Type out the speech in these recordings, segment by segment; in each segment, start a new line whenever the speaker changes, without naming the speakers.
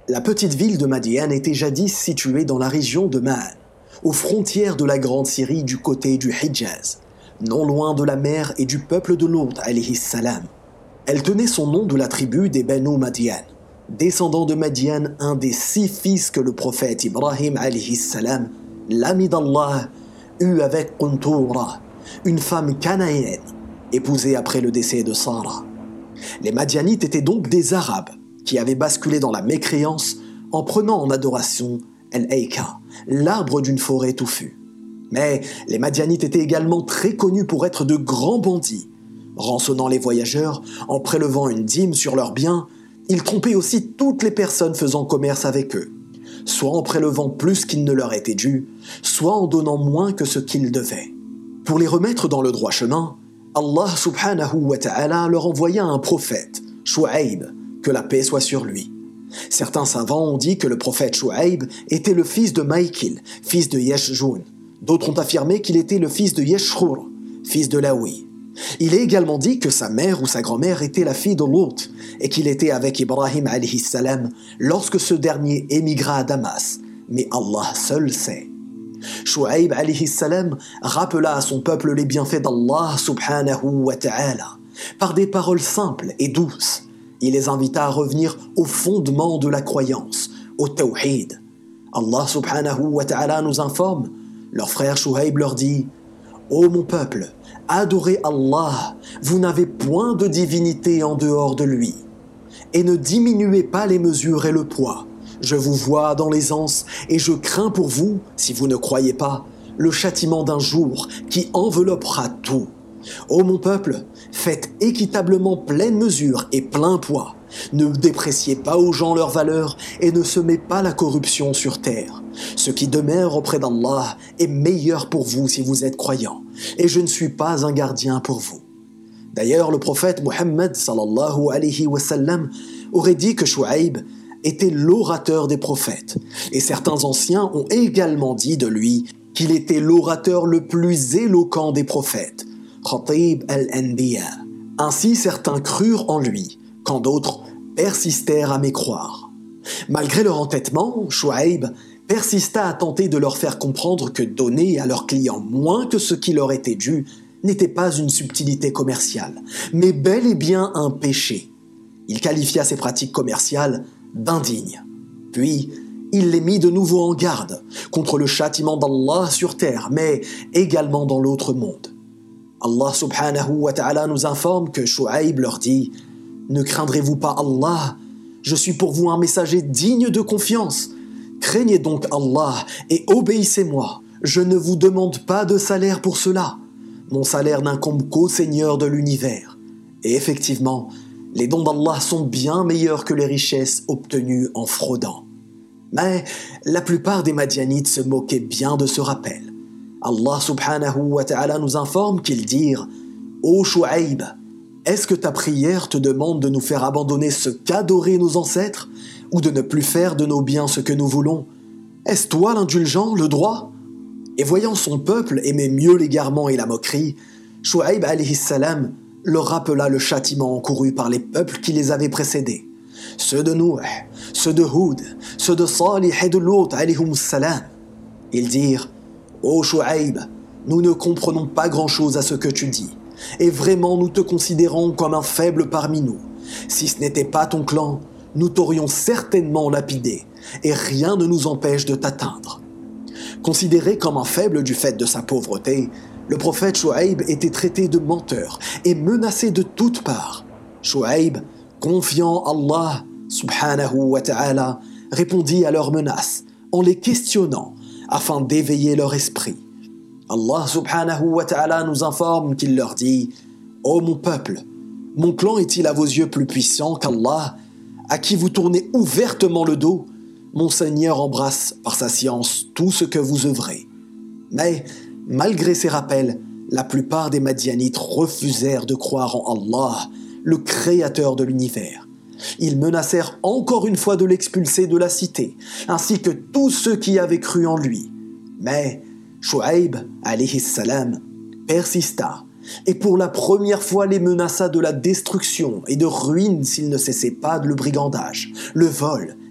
La petite ville de Madian était jadis située dans la région de Ma'an, aux frontières de la Grande Syrie du côté du Hijaz, non loin de la mer et du peuple de Lot alayhi salam. Elle tenait son nom de la tribu des Banu Madian, descendant de Madian, un des 6 fils que le prophète Ibrahim alayhi salam, l'ami d'Allah, eut avec Quntura, une femme cananéenne, épousée après le décès de Sarah. Les Madianites étaient donc des Arabes qui avaient basculé dans la mécréance en prenant en adoration El-Eika, l'arbre d'une forêt touffue. Mais les Madianites étaient également très connus pour être de grands bandits. Rançonnant les voyageurs, en prélevant une dîme sur leurs biens, ils trompaient aussi toutes les personnes faisant commerce avec eux, soit en prélevant plus qu'il ne leur était dû, soit en donnant moins que ce qu'ils devaient. Pour les remettre dans le droit chemin, Allah subhanahu wa ta'ala leur envoya un prophète, Shu'aib, que la paix soit sur lui. Certains savants ont dit que le prophète Shu'aib était le fils de Maïkil, fils de Yashjoun. D'autres ont affirmé qu'il était le fils de Yeshhur, fils de Lawi. Il est également dit que sa mère ou sa grand-mère était la fille de Lot et qu'il était avec Ibrahim alayhi salam lorsque ce dernier émigra à Damas, mais Allah seul sait. Shu'aib alayhi salam rappela à son peuple les bienfaits d'Allah subhanahu wa ta'ala par des paroles simples et douces. Il les invita à revenir au fondement de la croyance, au tawhid. Allah subhanahu wa ta'ala nous informe, leur frère Shu'aib leur dit « Ô mon peuple, adorez Allah, vous n'avez point de divinité en dehors de lui. Et ne diminuez pas les mesures et le poids. Je vous vois dans l'aisance et je crains pour vous, si vous ne croyez pas, le châtiment d'un jour qui enveloppera tout. Ô mon peuple, faites équitablement pleine mesure et plein poids. Ne dépréciez pas aux gens leur valeur et ne semez pas la corruption sur terre. Ce qui demeure auprès d'Allah est meilleur pour vous si vous êtes croyants, et je ne suis pas un gardien pour vous. » D'ailleurs, le prophète Muhammad sallallahu alayhi wa sallam aurait dit que Shu'aib était l'orateur des prophètes, et certains anciens ont également dit de lui qu'il était l'orateur le plus éloquent des prophètes, Khatib al-Anbiya. Ainsi certains crurent en lui, quand d'autres persistèrent à mécroire. Malgré leur entêtement, Shu'aib persista à tenter de leur faire comprendre que donner à leurs clients moins que ce qui leur était dû n'était pas une subtilité commerciale, mais bel et bien un péché. Il qualifia ces pratiques commerciales d'indignes. Puis, il les mit de nouveau en garde contre le châtiment d'Allah sur terre, mais également dans l'autre monde. Allah subhanahu wa ta'ala nous informe que Shu'aib leur dit « Ne craindrez-vous pas Allah? Je suis pour vous un messager digne de confiance. Craignez donc Allah et obéissez-moi. Je ne vous demande pas de salaire pour cela. Mon salaire n'incombe qu'au Seigneur de l'univers. » Et effectivement, les dons d'Allah sont bien meilleurs que les richesses obtenues en fraudant. Mais la plupart des Madianites se moquaient bien de ce rappel. Allah subhanahu wa ta'ala nous informe qu'ils dirent « Ô Shu'aib, est-ce que ta prière te demande de nous faire abandonner ce qu'adoraient nos ancêtres ou de ne plus faire de nos biens ce que nous voulons? Est-ce toi l'indulgent, le droit ?» Et voyant son peuple aimer mieux l'égarement et la moquerie, Shu'aib alayhi salam leur rappela le châtiment encouru par les peuples qui les avaient précédés. Ceux de Nuh, ceux de Hud, ceux de Salih et de Lot alayhum salam. Ils dirent « Ô Shu'aib, nous ne comprenons pas grand-chose à ce que tu dis, et vraiment nous te considérons comme un faible parmi nous. Si ce n'était pas ton clan, nous t'aurions certainement lapidé, et rien ne nous empêche de t'atteindre. » Considéré comme un faible du fait de sa pauvreté, le prophète Shu'aib était traité de menteur et menacé de toutes parts. Shu'aib, confiant Allah subhanahu wa ta'ala, répondit à leurs menaces en les questionnant afin d'éveiller leur esprit. Allah subhanahu wa ta'ala nous informe qu'il leur dit « Ô mon peuple, mon clan est-il à vos yeux plus puissant qu'Allah, à qui vous tournez ouvertement le dos? Mon Seigneur embrasse par sa science tout ce que vous œuvrez. » Mais, malgré ces rappels, la plupart des Madianites refusèrent de croire en Allah, le créateur de l'univers. Ils menacèrent encore une fois de l'expulser de la cité, ainsi que tous ceux qui avaient cru en lui. Mais Shu'aib, alayhi salam, persista, et pour la première fois les menaça de la destruction et de ruine s'ils ne cessaient pas de le brigandage, le vol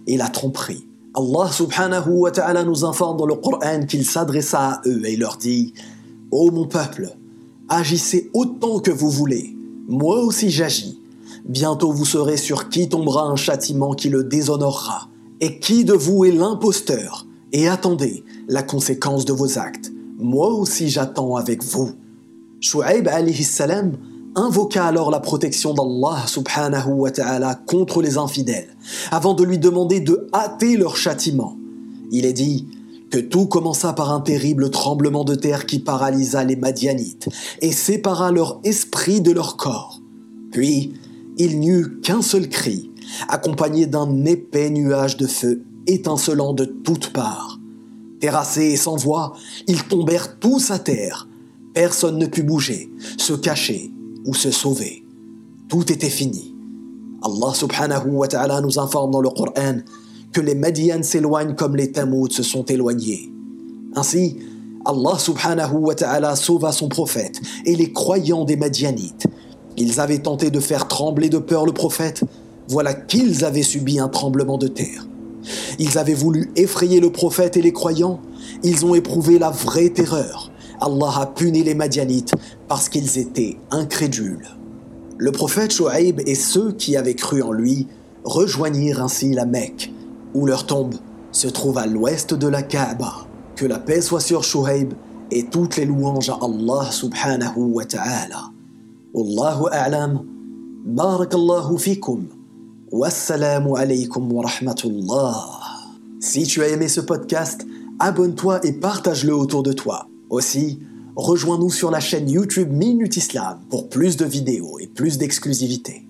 et la tromperie. Allah subhanahu wa ta'ala nous informe dans le Coran qu'il s'adressa à eux et leur dit « Ô mon peuple, agissez autant que vous voulez, moi aussi j'agis. Bientôt vous saurez sur qui tombera un châtiment qui le déshonorera, et qui de vous est l'imposteur, et attendez la conséquence de vos actes. Moi aussi j'attends avec vous. » Shu'aib alayhi salam invoqua alors la protection d'Allah subhanahu wa ta'ala contre les infidèles, avant de lui demander de hâter leur châtiment. Il est dit que tout commença par un terrible tremblement de terre qui paralysa les Madianites et sépara leur esprit de leur corps. Puis, il n'y eut qu'un seul cri, accompagné d'un épais nuage de feu étincelant de toutes parts. Terrassés et sans voix, ils tombèrent tous à terre. Personne ne put bouger, se cacher ou se sauver. Tout était fini. Allah subhanahu wa ta'ala nous informe dans le Coran que les Madian s'éloignent comme les Tamoud se sont éloignés. Ainsi, Allah subhanahu wa ta'ala sauva son prophète et les croyants des Madianites. Ils avaient tenté de faire trembler de peur le prophète, voilà qu'ils avaient subi un tremblement de terre. Ils avaient voulu effrayer le prophète et les croyants, ils ont éprouvé la vraie terreur. Allah a puni les Madianites parce qu'ils étaient incrédules. Le prophète Shu'aib et ceux qui avaient cru en lui rejoignirent ainsi la Mecque, où leur tombe se trouve à l'ouest de la Kaaba. Que la paix soit sur Shu'aib et toutes les louanges à Allah subhanahu wa ta'ala. Wallahu a'lam, barakallahu fikum, wassalamu alaykum wa rahmatullah. Si tu as aimé ce podcast, abonne-toi et partage-le autour de toi. Aussi, rejoins-nous sur la chaîne YouTube Minute Islam pour plus de vidéos et plus d'exclusivité.